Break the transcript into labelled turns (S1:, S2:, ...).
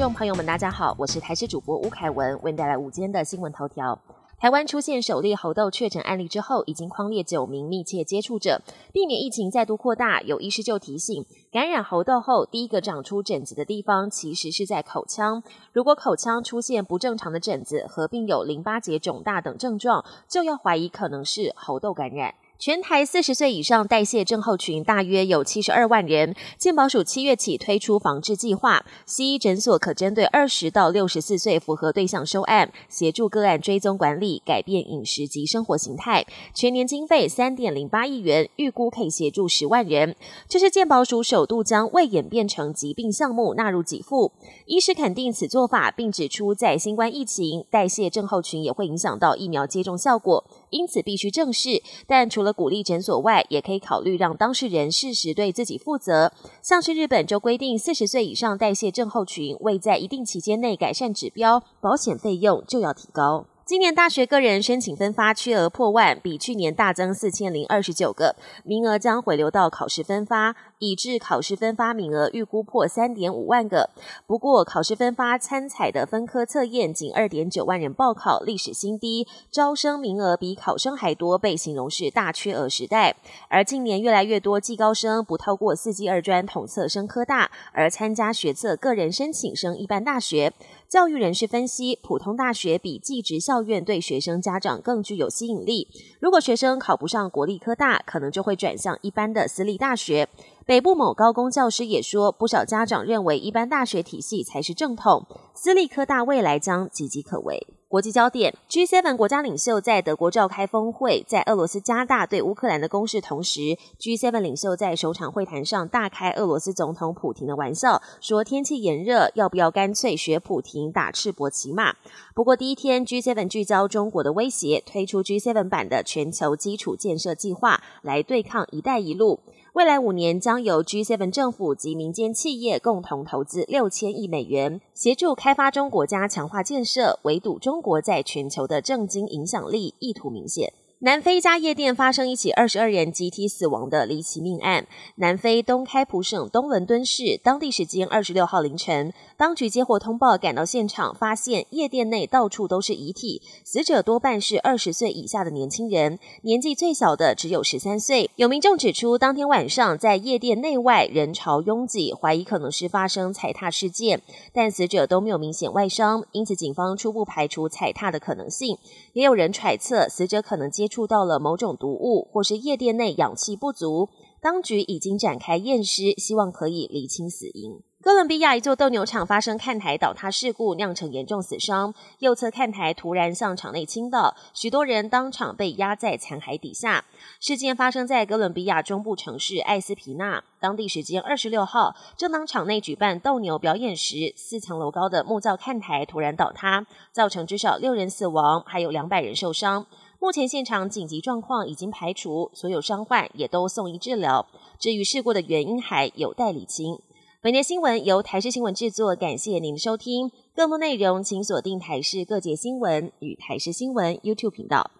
S1: 众朋友们大家好，我是台视主播吴凯文，为您带来午间的新闻头条。台湾出现首例猴痘确诊案例之后，已经匡列9名密切接触者，避免疫情再度扩大。有医师就提醒，感染猴痘后第一个长出疹子的地方其实是在口腔，如果口腔出现不正常的疹子，合并有淋巴结肿大等症状，就要怀疑可能是猴痘感染。全台40岁以上代谢症候群大约有72万人，健保署7月起推出防治计划，西医诊所可针对20到64岁符合对象收案，协助个案追踪管理，改变饮食及生活形态。全年经费3.08亿元，预估可以协助10万人。这是健保署首度将未演变成疾病项目纳入给付。医师肯定此做法，并指出在新冠疫情，代谢症候群也会影响到疫苗接种效果，因此必须正视。但除了鼓励诊所外，也可以考虑让当事人适时对自己负责。像是日本就规定40岁以上代谢症候群未在一定期间内改善指标，保险费用就要提高。今年大学个人申请分发缺额破万，比去年大增4029个，名额将回流到考试分发，以致考试分发名额预估破3.5万个。不过考试分发参采的分科测验仅2.9万人报考，历史新低，招生名额比考生还多，被形容是大缺额时代。而近年越来越多技高生不透过4技2专统测升科大，而参加学测个人申请升一般大学。教育人士分析，普通大学比技职校院对学生家长更具有吸引力。如果学生考不上国立科大，可能就会转向一般的私立大学。北部某高工教师也说，不少家长认为一般大学体系才是正统，私立科大未来将岌岌可危。国际焦点 G7 国家领袖在德国召开峰会，在俄罗斯加大对乌克兰的攻势同时， G7 领袖在首场会谈上大开俄罗斯总统普亭的玩笑，说天气炎热，要不要干脆学普亭打赤膊骑马。不过第一天 G7 聚焦中国的威胁，推出 G7 版的全球基础建设计划来对抗一带一路。未来5年将由 G7 政府及民间企业共同投资6000亿美元，协助开发中国家强化建设，围堵中国在全球的政经影响力，意图明显。南非一家夜店发生一起22人集体死亡的离奇命案。南非东开普省东伦敦市当地时间26号凌晨，当局接获通报赶到现场，发现夜店内到处都是遗体，死者多半是20岁以下的年轻人，年纪最小的只有13岁。有民众指出，当天晚上在夜店内外人潮拥挤，怀疑可能是发生踩踏事件，但死者都没有明显外伤，因此警方初步排除踩踏的可能性。也有人揣测死者可能接触到了某种毒物，或是夜店内氧气不足。当局已经展开验尸，希望可以厘清死因。哥伦比亚一座斗牛场发生看台倒塌事故，酿成严重死伤，右侧看台突然向场内倾倒，许多人当场被压在残骸底下。事件发生在哥伦比亚中部城市艾斯皮纳，当地时间26号，正当场内举办斗牛表演时，4层楼高的木造看台突然倒塌，造成至少6人死亡，还有200人受伤。目前现场紧急状况已经排除，所有伤患也都送医治疗。至于事故的原因还有待厘清。本节新闻由台视新闻制作，感谢您的收听。更多内容请锁定台视各节新闻与台视新闻 YouTube 频道。